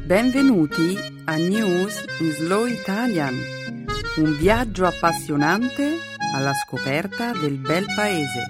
Benvenuti a News in Slow Italian, un viaggio appassionante alla scoperta del bel paese.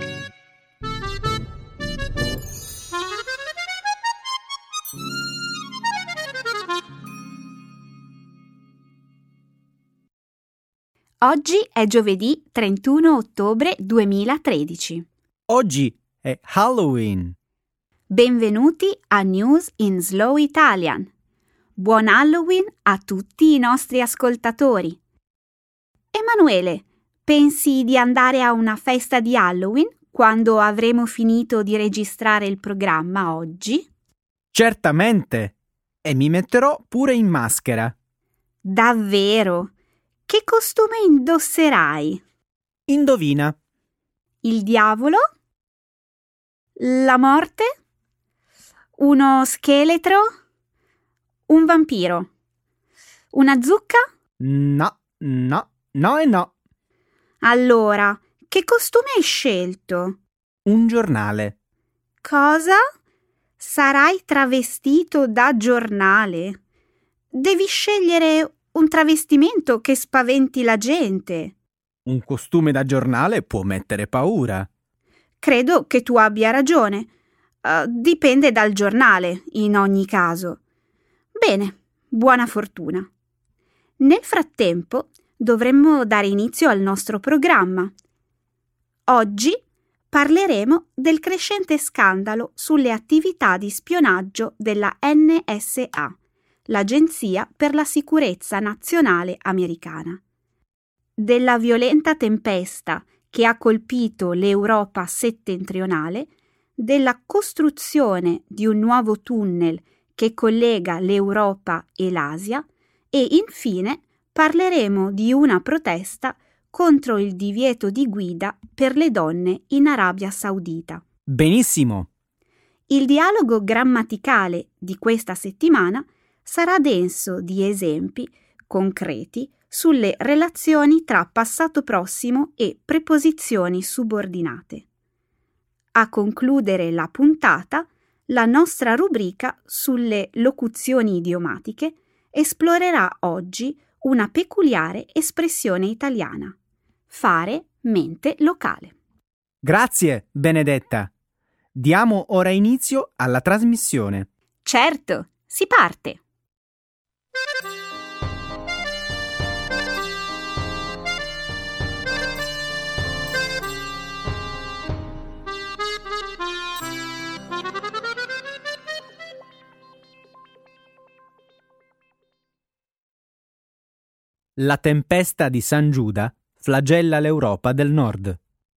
Oggi è giovedì 31 ottobre 2013. Oggi è Halloween. Benvenuti a News in Slow Italian. Buon Halloween a tutti i nostri ascoltatori. Emanuele, pensi di andare a una festa di Halloween quando avremo finito di registrare il programma oggi? Certamente. E mi metterò pure in maschera. Davvero? Che costume indosserai? Indovina. Il diavolo? La morte? Uno scheletro? Un vampiro? Una zucca? No e no. Allora, che costume hai scelto? Un giornale. Cosa? Sarai travestito da giornale? Devi scegliere un travestimento che spaventi la gente. Un costume da giornale può mettere paura. Credo che tu abbia ragione. Dipende dal giornale, in ogni caso. Bene, buona fortuna. Nel frattempo dovremmo dare inizio al nostro programma. Oggi parleremo del crescente scandalo sulle attività di spionaggio della NSA, l'Agenzia per la Sicurezza Nazionale Americana. Della violenta tempesta che ha colpito l'Europa settentrionale, della costruzione di un nuovo tunnel che collega l'Europa e l'Asia e infine parleremo di una protesta contro il divieto di guida per le donne in Arabia Saudita. Benissimo. Il dialogo grammaticale di questa settimana sarà denso di esempi concreti sulle relazioni tra passato prossimo e preposizioni subordinate. A concludere la puntata, la nostra rubrica sulle locuzioni idiomatiche esplorerà oggi una peculiare espressione italiana: fare mente locale. Grazie, Benedetta. Diamo ora inizio alla trasmissione. Certo, si parte! La tempesta di San Giuda flagella l'Europa del Nord.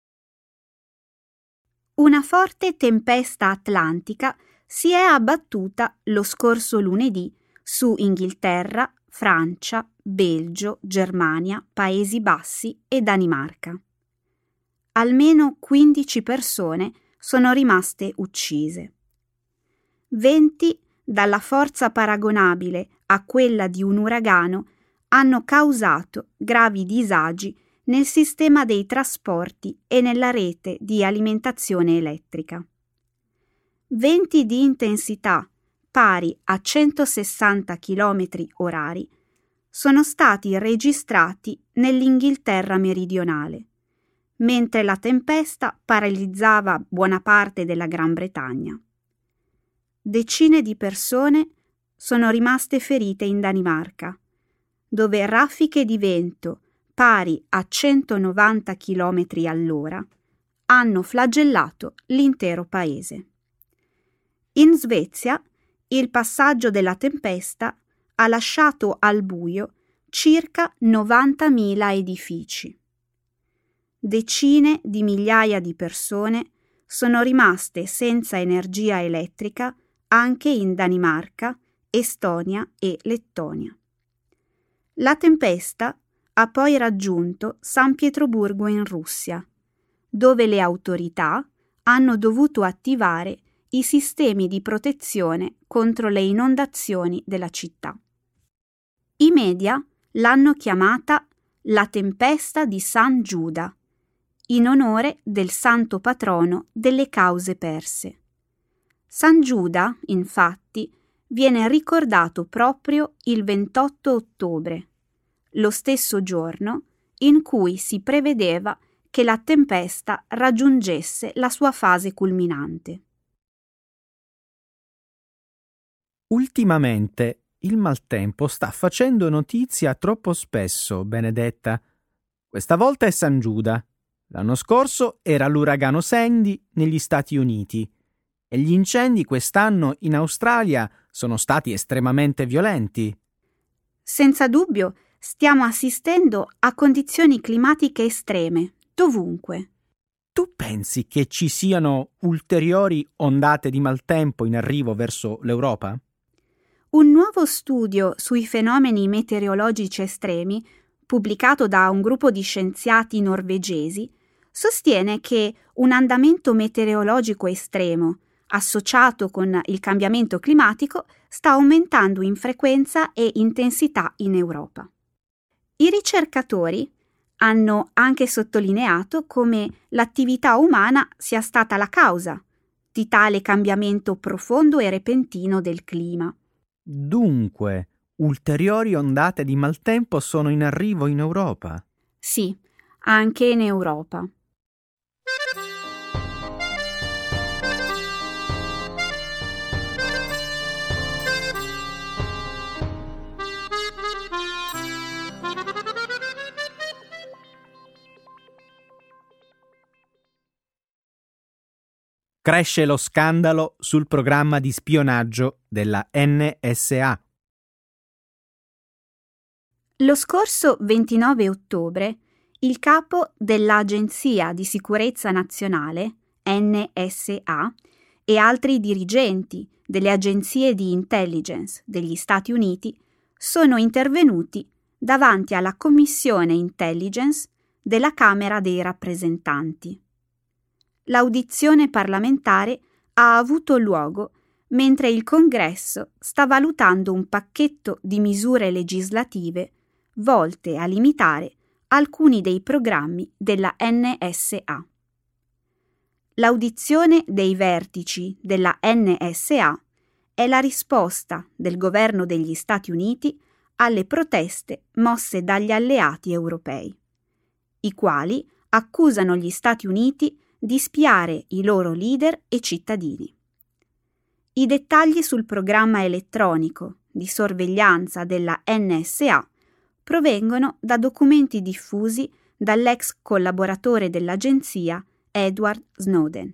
Una forte tempesta atlantica si è abbattuta lo scorso lunedì su Inghilterra, Francia, Belgio, Germania, Paesi Bassi e Danimarca. Almeno 15 persone sono rimaste uccise. Venti dalla forza paragonabile a quella di un uragano hanno causato gravi disagi nel sistema dei trasporti e nella rete di alimentazione elettrica. Venti di intensità pari a 160 km/h sono stati registrati nell'Inghilterra meridionale, mentre la tempesta paralizzava buona parte della Gran Bretagna. Decine di persone sono rimaste ferite in Danimarca, dove raffiche di vento pari a 190 km/h hanno flagellato l'intero paese. In Svezia, il passaggio della tempesta ha lasciato al buio circa 90.000 edifici. Decine di migliaia di persone sono rimaste senza energia elettrica anche in Danimarca, Estonia e Lettonia. La tempesta ha poi raggiunto San Pietroburgo in Russia, dove le autorità hanno dovuto attivare i sistemi di protezione contro le inondazioni della città. I media l'hanno chiamata la tempesta di San Giuda, in onore del santo patrono delle cause perse. San Giuda, infatti, viene ricordato proprio il 28 ottobre, lo stesso giorno in cui si prevedeva che la tempesta raggiungesse la sua fase culminante. Ultimamente il maltempo sta facendo notizia troppo spesso, Benedetta. Questa volta è San Giuda. L'anno scorso era l'uragano Sandy negli Stati Uniti e gli incendi quest'anno in Australia sono stati estremamente violenti. Senza dubbio, stiamo assistendo a condizioni climatiche estreme, dovunque. Tu pensi che ci siano ulteriori ondate di maltempo in arrivo verso l'Europa? Un nuovo studio sui fenomeni meteorologici estremi, pubblicato da un gruppo di scienziati norvegesi, sostiene che un andamento meteorologico estremo, associato con il cambiamento climatico, sta aumentando in frequenza e intensità in Europa. I ricercatori hanno anche sottolineato come l'attività umana sia stata la causa di tale cambiamento profondo e repentino del clima. Dunque, ulteriori ondate di maltempo sono in arrivo in Europa? Sì, anche in Europa. Cresce lo scandalo sul programma di spionaggio della NSA. Lo scorso 29 ottobre, il capo dell'Agenzia di Sicurezza Nazionale, NSA, e altri dirigenti delle agenzie di intelligence degli Stati Uniti sono intervenuti davanti alla Commissione Intelligence della Camera dei Rappresentanti. L'audizione parlamentare ha avuto luogo mentre il Congresso sta valutando un pacchetto di misure legislative volte a limitare alcuni dei programmi della NSA. L'audizione dei vertici della NSA è la risposta del governo degli Stati Uniti alle proteste mosse dagli alleati europei, i quali accusano gli Stati Uniti di spiare i loro leader e cittadini. I dettagli sul programma elettronico di sorveglianza della NSA provengono da documenti diffusi dall'ex collaboratore dell'agenzia Edward Snowden.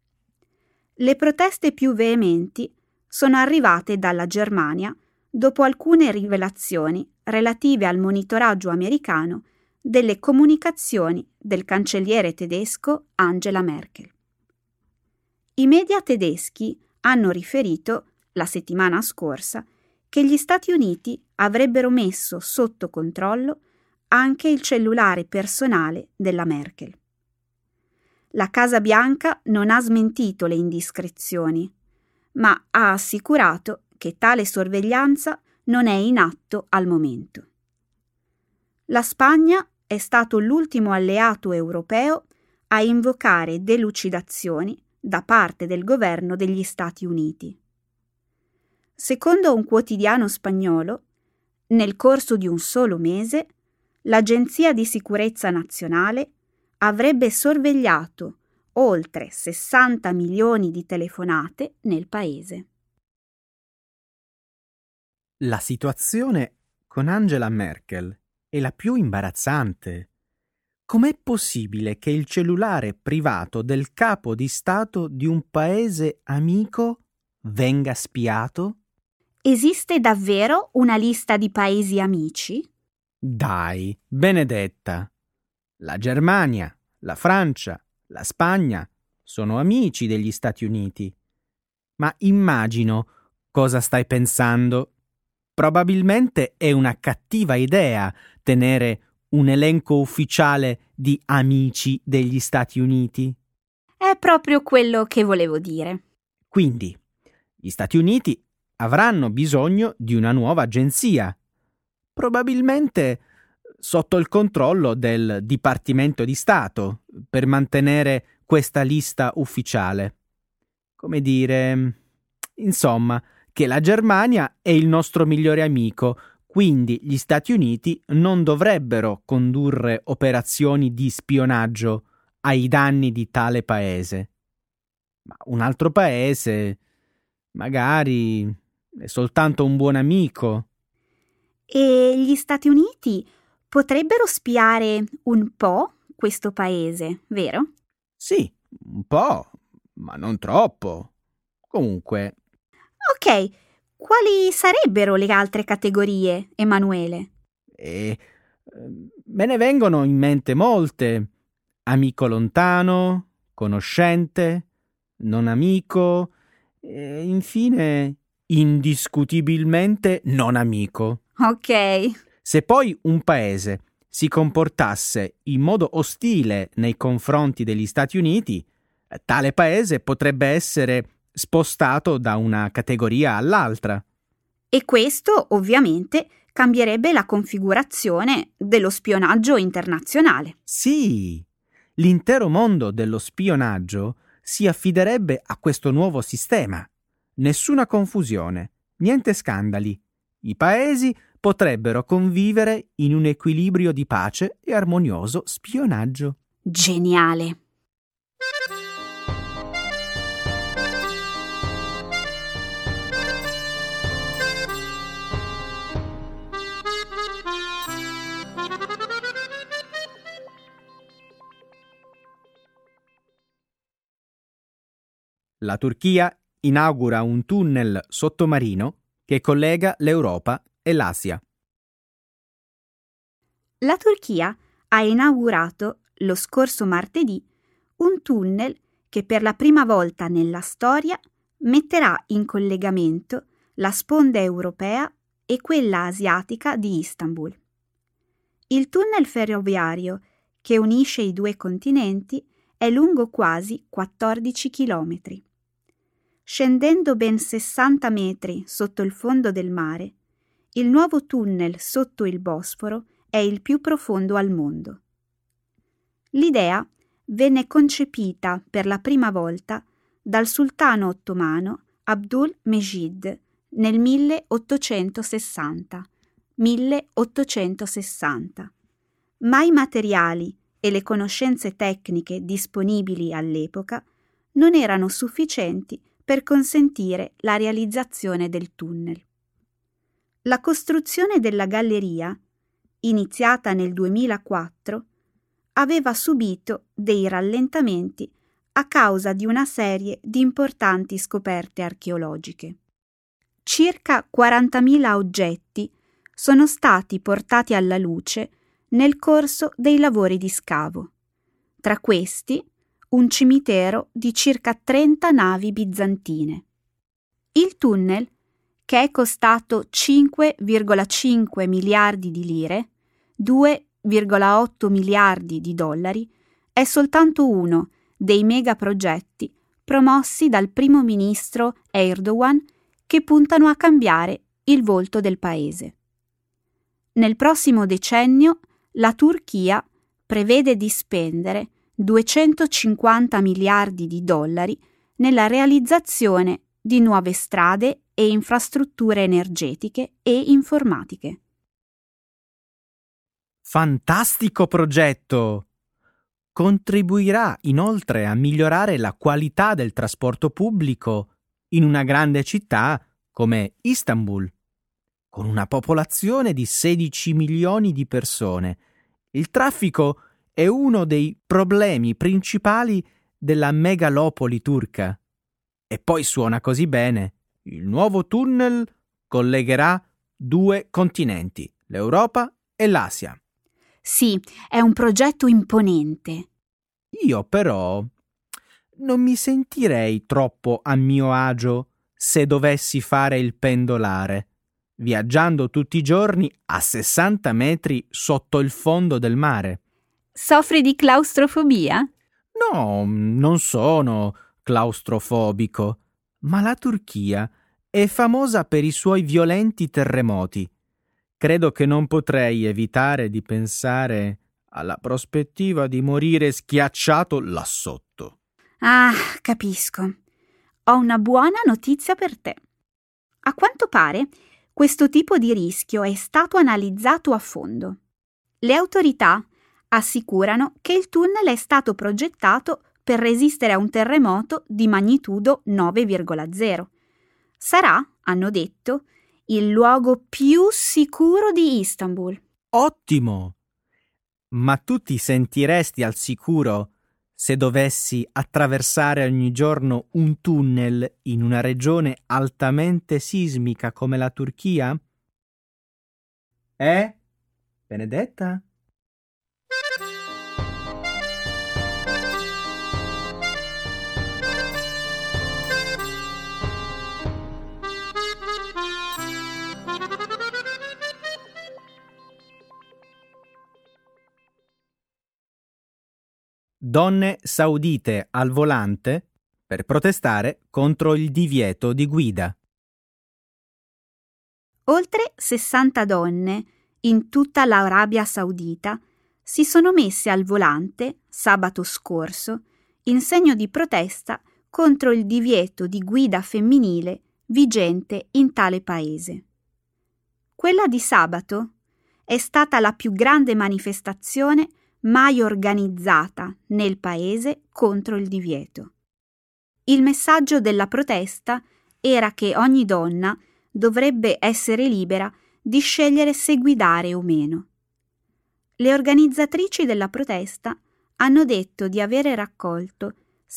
Le proteste più veementi sono arrivate dalla Germania dopo alcune rivelazioni relative al monitoraggio americano delle comunicazioni del cancelliere tedesco Angela Merkel. I media tedeschi hanno riferito, la settimana scorsa, che gli Stati Uniti avrebbero messo sotto controllo anche il cellulare personale della Merkel. La Casa Bianca non ha smentito le indiscrezioni, ma ha assicurato che tale sorveglianza non è in atto al momento. La Spagna è stato l'ultimo alleato europeo a invocare delucidazioni da parte del governo degli Stati Uniti. Secondo un quotidiano spagnolo, nel corso di un solo mese, l'Agenzia di Sicurezza Nazionale avrebbe sorvegliato oltre 60 milioni di telefonate nel paese. La situazione con Angela Merkel è la più imbarazzante. Com'è possibile che il cellulare privato del capo di Stato di un paese amico venga spiato? Esiste davvero una lista di paesi amici? Dai, Benedetta. La Germania, la Francia, la Spagna sono amici degli Stati Uniti. Ma immagino cosa stai pensando. Probabilmente è una cattiva idea tenere un elenco ufficiale di amici degli Stati Uniti. È proprio quello che volevo dire. Quindi, gli Stati Uniti avranno bisogno di una nuova agenzia, probabilmente sotto il controllo del Dipartimento di Stato, per mantenere questa lista ufficiale. Come dire, insomma, che la Germania è il nostro migliore amico, quindi gli Stati Uniti non dovrebbero condurre operazioni di spionaggio ai danni di tale paese. Ma un altro paese, magari, è soltanto un buon amico. E gli Stati Uniti potrebbero spiare un po' questo paese, vero? Sì, un po', ma non troppo. Comunque. Ok, quali sarebbero le altre categorie, Emanuele? Me ne vengono in mente molte. Amico lontano, conoscente, non amico e infine indiscutibilmente non amico. Ok. Se poi un paese si comportasse in modo ostile nei confronti degli Stati Uniti, tale paese potrebbe essere spostato da una categoria all'altra. E questo, ovviamente, cambierebbe la configurazione dello spionaggio internazionale. Sì, l'intero mondo dello spionaggio si affiderebbe a questo nuovo sistema. Nessuna confusione, niente scandali. I paesi potrebbero convivere in un equilibrio di pace e armonioso spionaggio. Geniale! La Turchia inaugura un tunnel sottomarino che collega l'Europa e l'Asia. La Turchia ha inaugurato lo scorso martedì un tunnel che per la prima volta nella storia metterà in collegamento la sponda europea e quella asiatica di Istanbul. Il tunnel ferroviario che unisce i due continenti è lungo quasi 14 chilometri. Scendendo ben 60 metri sotto il fondo del mare, il nuovo tunnel sotto il Bosforo è il più profondo al mondo. L'idea venne concepita per la prima volta dal sultano ottomano Abdul Mejid nel 1860, ma i materiali e le conoscenze tecniche disponibili all'epoca non erano sufficienti per consentire la realizzazione del tunnel. La costruzione della galleria, iniziata nel 2004, aveva subito dei rallentamenti a causa di una serie di importanti scoperte archeologiche. Circa 40.000 oggetti sono stati portati alla luce nel corso dei lavori di scavo. Tra questi, un cimitero di circa 30 navi bizantine. Il tunnel, che è costato 5,5 miliardi di lire, 2,8 miliardi di dollari, è soltanto uno dei megaprogetti promossi dal primo ministro Erdogan che puntano a cambiare il volto del paese. Nel prossimo decennio la Turchia prevede di spendere 250 miliardi di dollari nella realizzazione di nuove strade e infrastrutture energetiche e informatiche. Fantastico progetto! Contribuirà inoltre a migliorare la qualità del trasporto pubblico in una grande città come Istanbul, con una popolazione di 16 milioni di persone. Il traffico è uno dei problemi principali della megalopoli turca. E poi suona così bene. Il nuovo tunnel collegherà 2 continenti, l'Europa e l'Asia. Sì, è un progetto imponente. Io però non mi sentirei troppo a mio agio se dovessi fare il pendolare, viaggiando tutti i giorni a 60 metri sotto il fondo del mare. Soffri di claustrofobia? No, non sono claustrofobico, ma la Turchia è famosa per i suoi violenti terremoti. Credo che non potrei evitare di pensare alla prospettiva di morire schiacciato là sotto. Ah, capisco. Ho una buona notizia per te. A quanto pare, questo tipo di rischio è stato analizzato a fondo. Le autorità assicurano che il tunnel è stato progettato per resistere a un terremoto di magnitudo 9,0. Sarà, hanno detto, il luogo più sicuro di Istanbul. Ottimo! Ma tu ti sentiresti al sicuro se dovessi attraversare ogni giorno un tunnel in una regione altamente sismica come la Turchia? Benedetta? Donne saudite al volante per protestare contro il divieto di guida. Oltre 60 donne in tutta l'Arabia Saudita si sono messe al volante sabato scorso in segno di protesta contro il divieto di guida femminile vigente in tale paese. Quella di sabato è stata la più grande manifestazione mai organizzata nel paese contro il divieto. Il messaggio della protesta era che ogni donna dovrebbe essere libera di scegliere se guidare o meno. Le organizzatrici della protesta hanno detto di avere raccolto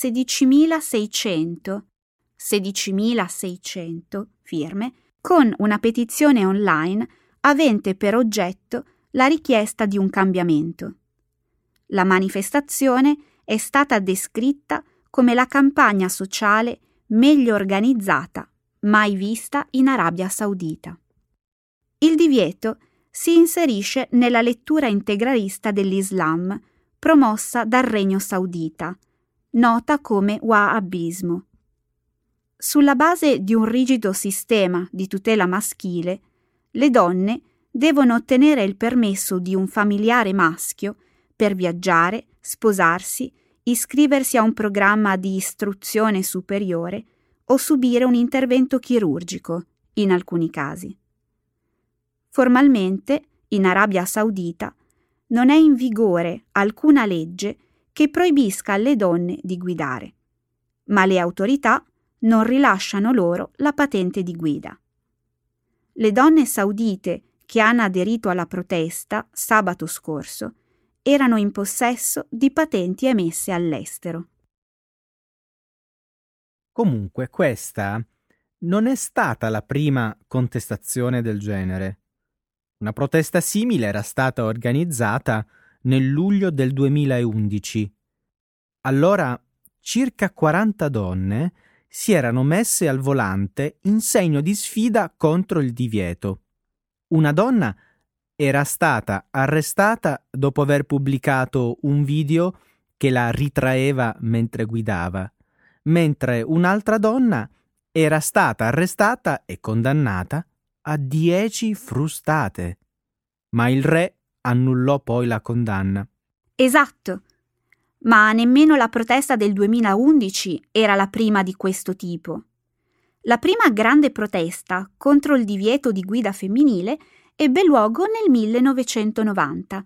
16.600 firme con una petizione online avente per oggetto la richiesta di un cambiamento. La manifestazione è stata descritta come la campagna sociale meglio organizzata mai vista in Arabia Saudita. Il divieto si inserisce nella lettura integralista dell'Islam promossa dal Regno Saudita, nota come wahhabismo. Sulla base di un rigido sistema di tutela maschile, le donne devono ottenere il permesso di un familiare maschio per viaggiare, sposarsi, iscriversi a un programma di istruzione superiore o subire un intervento chirurgico, in alcuni casi. Formalmente, in Arabia Saudita, non è in vigore alcuna legge che proibisca alle donne di guidare, ma le autorità non rilasciano loro la patente di guida. Le donne saudite che hanno aderito alla protesta sabato scorso erano in possesso di patenti emesse all'estero. Comunque questa non è stata la prima contestazione del genere. Una protesta simile era stata organizzata nel luglio del 2011. Allora circa 40 donne si erano messe al volante in segno di sfida contro il divieto. Una donna era stata arrestata dopo aver pubblicato un video che la ritraeva mentre guidava, mentre un'altra donna era stata arrestata e condannata a 10 frustate. Ma il re annullò poi la condanna. Esatto, ma nemmeno la protesta del 2011 era la prima di questo tipo. La prima grande protesta contro il divieto di guida femminile ebbe luogo nel 1990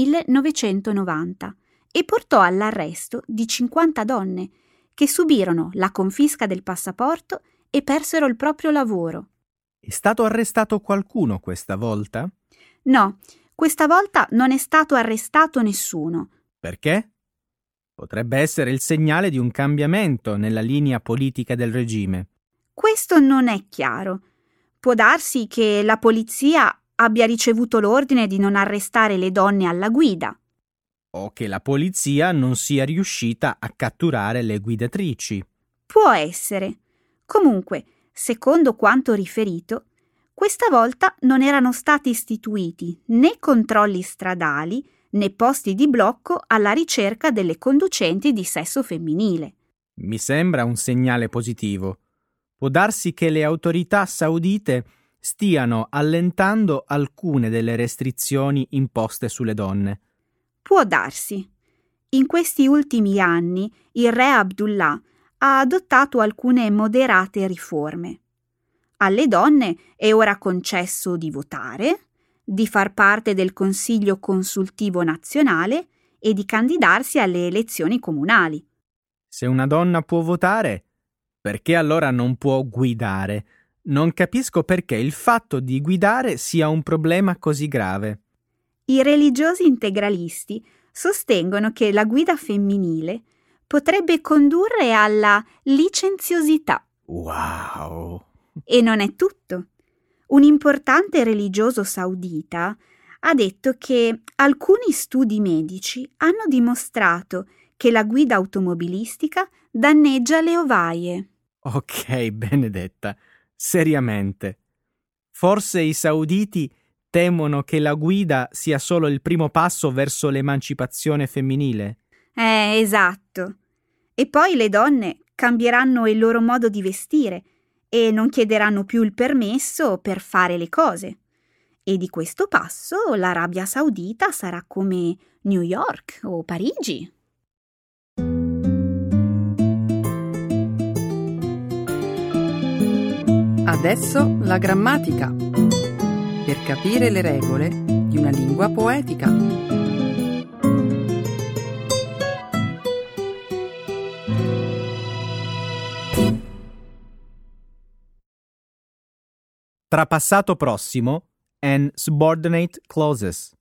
e portò all'arresto di 50 donne che subirono la confisca del passaporto e persero il proprio lavoro. È stato arrestato qualcuno questa volta? No, questa volta non è stato arrestato nessuno. Perché? Potrebbe essere il segnale di un cambiamento nella linea politica del regime. Questo non è chiaro. Può darsi che la polizia abbia ricevuto l'ordine di non arrestare le donne alla guida. O che la polizia non sia riuscita a catturare le guidatrici. Può essere. Comunque, secondo quanto riferito, questa volta non erano stati istituiti né controlli stradali né posti di blocco alla ricerca delle conducenti di sesso femminile. Mi sembra un segnale positivo. Può darsi che le autorità saudite stiano allentando alcune delle restrizioni imposte sulle donne. Può darsi. In questi ultimi anni il re Abdullah ha adottato alcune moderate riforme. Alle donne è ora concesso di votare, di far parte del Consiglio Consultivo Nazionale e di candidarsi alle elezioni comunali. Se una donna può votare, perché allora non può guidare? Non capisco perché il fatto di guidare sia un problema così grave. I religiosi integralisti sostengono che la guida femminile potrebbe condurre alla licenziosità. Wow! E non è tutto. Un importante religioso saudita ha detto che alcuni studi medici hanno dimostrato che la guida automobilistica danneggia le ovaie. Ok, Benedetta, seriamente. Forse i sauditi temono che la guida sia solo il primo passo verso l'emancipazione femminile? Esatto. E poi le donne cambieranno il loro modo di vestire e non chiederanno più il permesso per fare le cose. E di questo passo l'Arabia Saudita sarà come New York o Parigi. Adesso la grammatica, per capire le regole di una lingua poetica. Tra passato prossimo and subordinate clauses.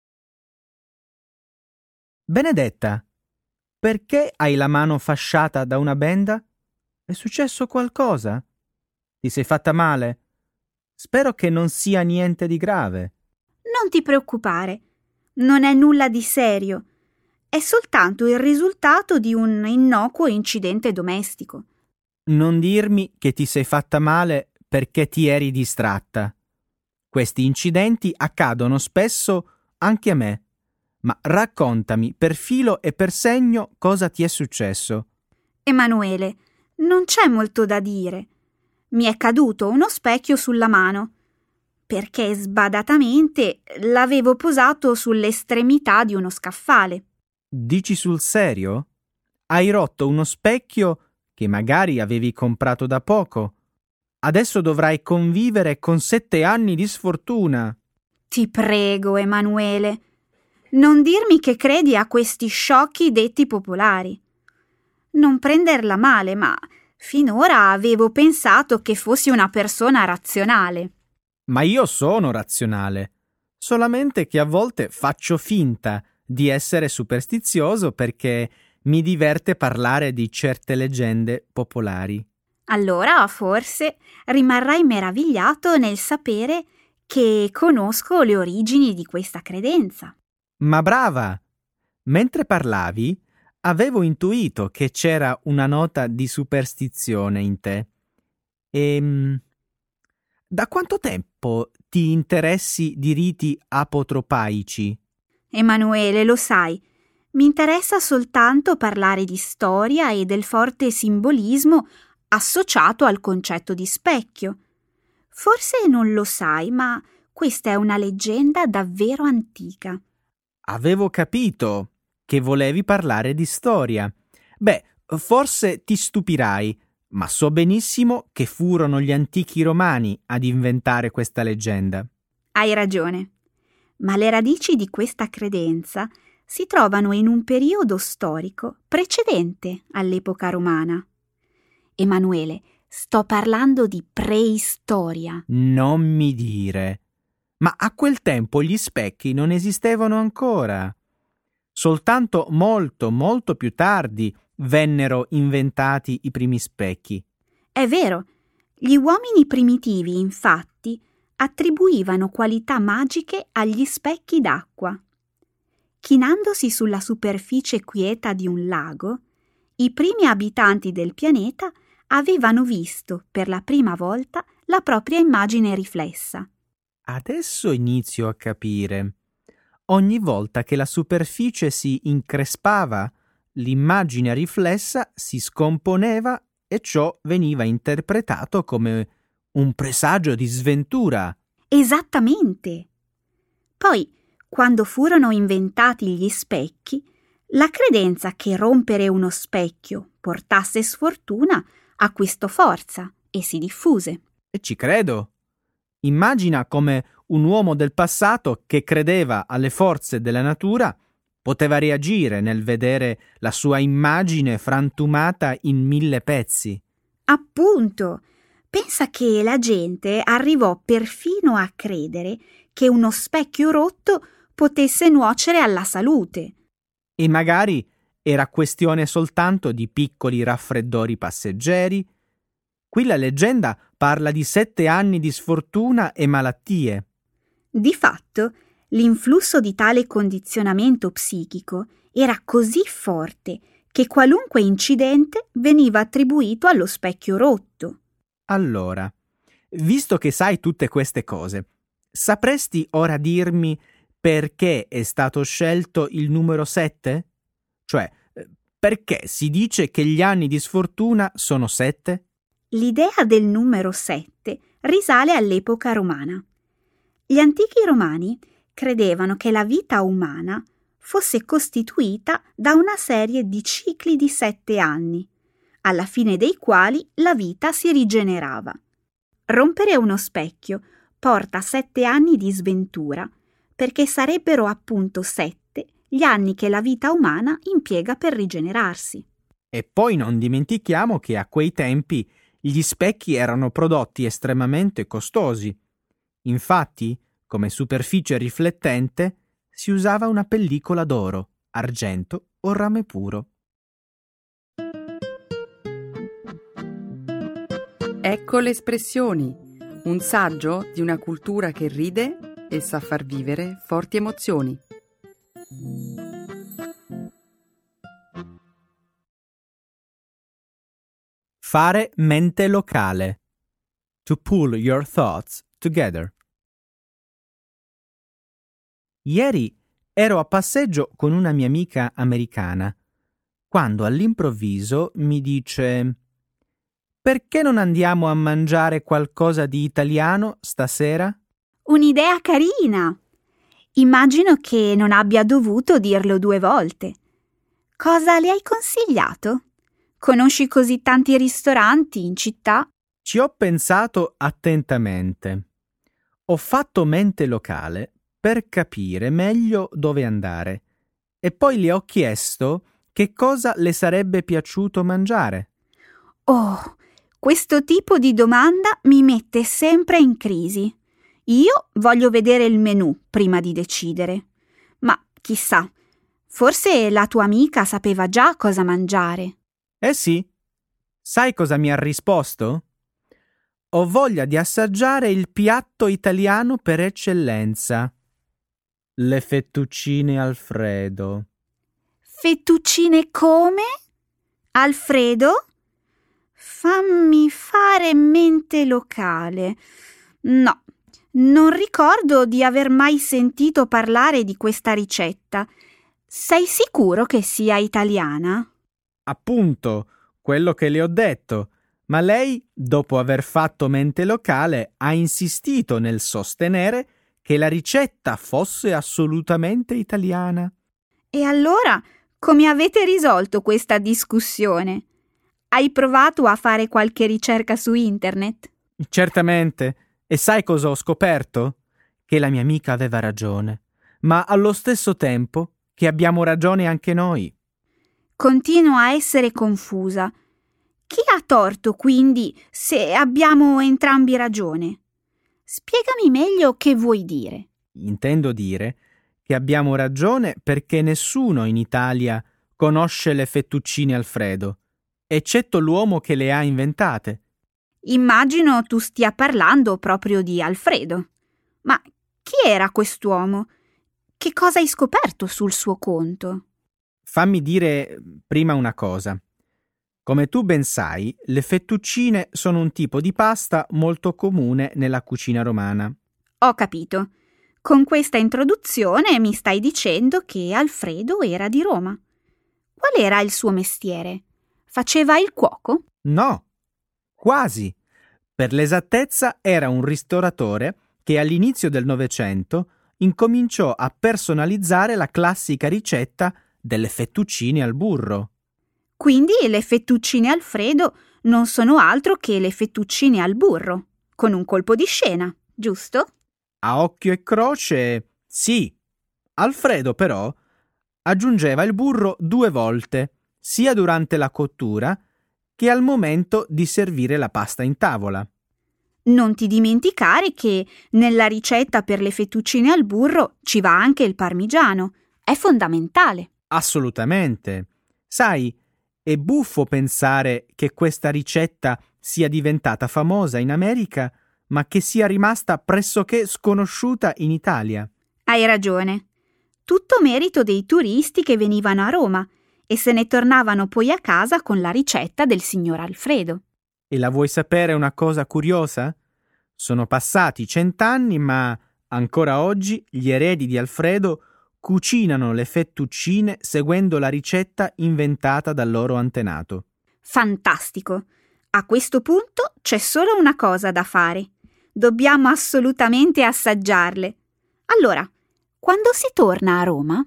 Benedetta, perché hai la mano fasciata da una benda? È successo qualcosa? Ti sei fatta male? Spero che non sia niente di grave. Non ti preoccupare, non è nulla di serio. È soltanto il risultato di un innocuo incidente domestico. Non dirmi che ti sei fatta male perché ti eri distratta. Questi incidenti accadono spesso anche a me. Ma raccontami per filo e per segno cosa ti è successo. Emanuele, non c'è molto da dire. Mi è caduto uno specchio sulla mano, perché sbadatamente l'avevo posato sull'estremità di uno scaffale. Dici sul serio? Hai rotto uno specchio che magari avevi comprato da poco. Adesso dovrai convivere con 7 anni di sfortuna. Ti prego, Emanuele, non dirmi che credi a questi sciocchi detti popolari. Non prenderla male, ma finora avevo pensato che fossi una persona razionale. Ma io sono razionale, solamente che a volte faccio finta di essere superstizioso perché mi diverte parlare di certe leggende popolari. Allora, forse, rimarrai meravigliato nel sapere che conosco le origini di questa credenza. Ma brava! Mentre parlavi, avevo intuito che c'era una nota di superstizione in te. Da quanto tempo ti interessi di riti apotropaici? Emanuele, lo sai, mi interessa soltanto parlare di storia e del forte simbolismo associato al concetto di specchio. Forse non lo sai, ma questa è una leggenda davvero antica. Avevo capito che volevi parlare di storia. Beh, forse ti stupirai, ma so benissimo che furono gli antichi romani ad inventare questa leggenda. Hai ragione, ma le radici di questa credenza si trovano in un periodo storico precedente all'epoca romana. Emanuele, sto parlando di preistoria. Non mi dire. Ma a quel tempo gli specchi non esistevano ancora. Soltanto molto, molto più tardi vennero inventati i primi specchi. È vero, gli uomini primitivi, infatti, attribuivano qualità magiche agli specchi d'acqua. Chinandosi sulla superficie quieta di un lago, i primi abitanti del pianeta avevano visto per la prima volta la propria immagine riflessa. Adesso inizio a capire. Ogni volta che la superficie si increspava, l'immagine riflessa si scomponeva e ciò veniva interpretato come un presagio di sventura. Esattamente. Poi, quando furono inventati gli specchi, la credenza che rompere uno specchio portasse sfortuna acquistò forza e si diffuse. E ci credo. Immagina come un uomo del passato che credeva alle forze della natura poteva reagire nel vedere la sua immagine frantumata in 1000 pezzi. Appunto, pensa che la gente arrivò perfino a credere che uno specchio rotto potesse nuocere alla salute. E magari era questione soltanto di piccoli raffreddori passeggeri. Qui la leggenda parla di 7 anni di sfortuna e malattie. Di fatto, l'influsso di tale condizionamento psichico era così forte che qualunque incidente veniva attribuito allo specchio rotto. Allora, visto che sai tutte queste cose, sapresti ora dirmi perché è stato scelto il numero 7? Cioè, perché si dice che gli anni di sfortuna sono 7? L'idea del numero 7 risale all'epoca romana. Gli antichi romani credevano che la vita umana fosse costituita da una serie di cicli di 7 anni, alla fine dei quali la vita si rigenerava. Rompere uno specchio porta 7 anni di sventura, perché sarebbero appunto 7 gli anni che la vita umana impiega per rigenerarsi. E poi non dimentichiamo che a quei tempi gli specchi erano prodotti estremamente costosi. Infatti, come superficie riflettente, si usava una pellicola d'oro, argento o rame puro. Ecco le espressioni, un saggio di una cultura che ride e sa far vivere forti emozioni. Fare mente locale. To pull your thoughts together. Ieri ero a passeggio con una mia amica americana, quando all'improvviso mi dice: «Perché non andiamo a mangiare qualcosa di italiano stasera?» Un'idea carina! Immagino che non abbia dovuto dirlo 2 volte. Cosa le hai consigliato? Conosci così tanti ristoranti in città? Ci ho pensato attentamente. Ho fatto mente locale per capire meglio dove andare e poi le ho chiesto che cosa le sarebbe piaciuto mangiare. Oh, questo tipo di domanda mi mette sempre in crisi. Io voglio vedere il menù prima di decidere. Ma chissà, forse la tua amica sapeva già cosa mangiare. Eh sì, sai cosa mi ha risposto? Ho voglia di assaggiare il piatto italiano per eccellenza. Le fettuccine Alfredo. Fettuccine come? Alfredo? Fammi fare mente locale. No, non ricordo di aver mai sentito parlare di questa ricetta. Sei sicuro che sia italiana? Appunto, quello che le ho detto. Ma lei, dopo aver fatto mente locale, ha insistito nel sostenere che la ricetta fosse assolutamente italiana. E allora, come avete risolto questa discussione? Hai provato a fare qualche ricerca su internet? Certamente. E sai cosa ho scoperto? Che la mia amica aveva ragione, ma allo stesso tempo che abbiamo ragione anche noi. Continuo a essere confusa. Chi ha torto, quindi, se abbiamo entrambi ragione? Spiegami meglio che vuoi dire. Intendo dire che abbiamo ragione perché nessuno in Italia conosce le fettuccine Alfredo, eccetto l'uomo che le ha inventate. Immagino tu stia parlando proprio di Alfredo. Ma chi era quest'uomo? Che cosa hai scoperto sul suo conto? Fammi dire prima una cosa. Come tu ben sai, le fettuccine sono un tipo di pasta molto comune nella cucina romana. Ho capito. Con questa introduzione mi stai dicendo che Alfredo era di Roma. Qual era il suo mestiere? Faceva il cuoco? No, quasi. Per l'esattezza era un ristoratore che all'inizio del Novecento incominciò a personalizzare la classica ricetta delle fettuccine al burro. Quindi le fettuccine Alfredo non sono altro che le fettuccine al burro, con un colpo di scena, giusto? A occhio e croce, sì. Alfredo, però, aggiungeva il burro 2 volte, sia durante la cottura che al momento di servire la pasta in tavola. Non ti dimenticare che nella ricetta per le fettuccine al burro ci va anche il parmigiano. È fondamentale. Assolutamente. Sai, è buffo pensare che questa ricetta sia diventata famosa in America, ma che sia rimasta pressoché sconosciuta in Italia. Hai ragione. Tutto merito dei turisti che venivano a Roma e se ne tornavano poi a casa con la ricetta del signor Alfredo. E la vuoi sapere una cosa curiosa? Sono passati 100 anni, ma ancora oggi gli eredi di Alfredo cucinano le fettuccine seguendo la ricetta inventata dal loro antenato. Fantastico! A questo punto c'è solo una cosa da fare. Dobbiamo assolutamente assaggiarle. Allora, quando si torna a Roma?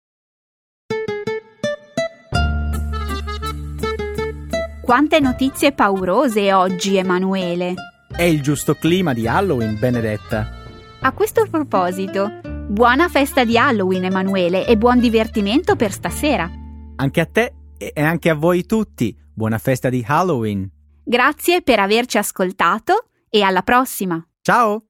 Quante notizie paurose oggi, Emanuele! È il giusto clima di Halloween, Benedetta. A questo proposito, buona festa di Halloween, Emanuele, e buon divertimento per stasera. Anche a te e anche a voi tutti, buona festa di Halloween. Grazie per averci ascoltato e alla prossima. Ciao!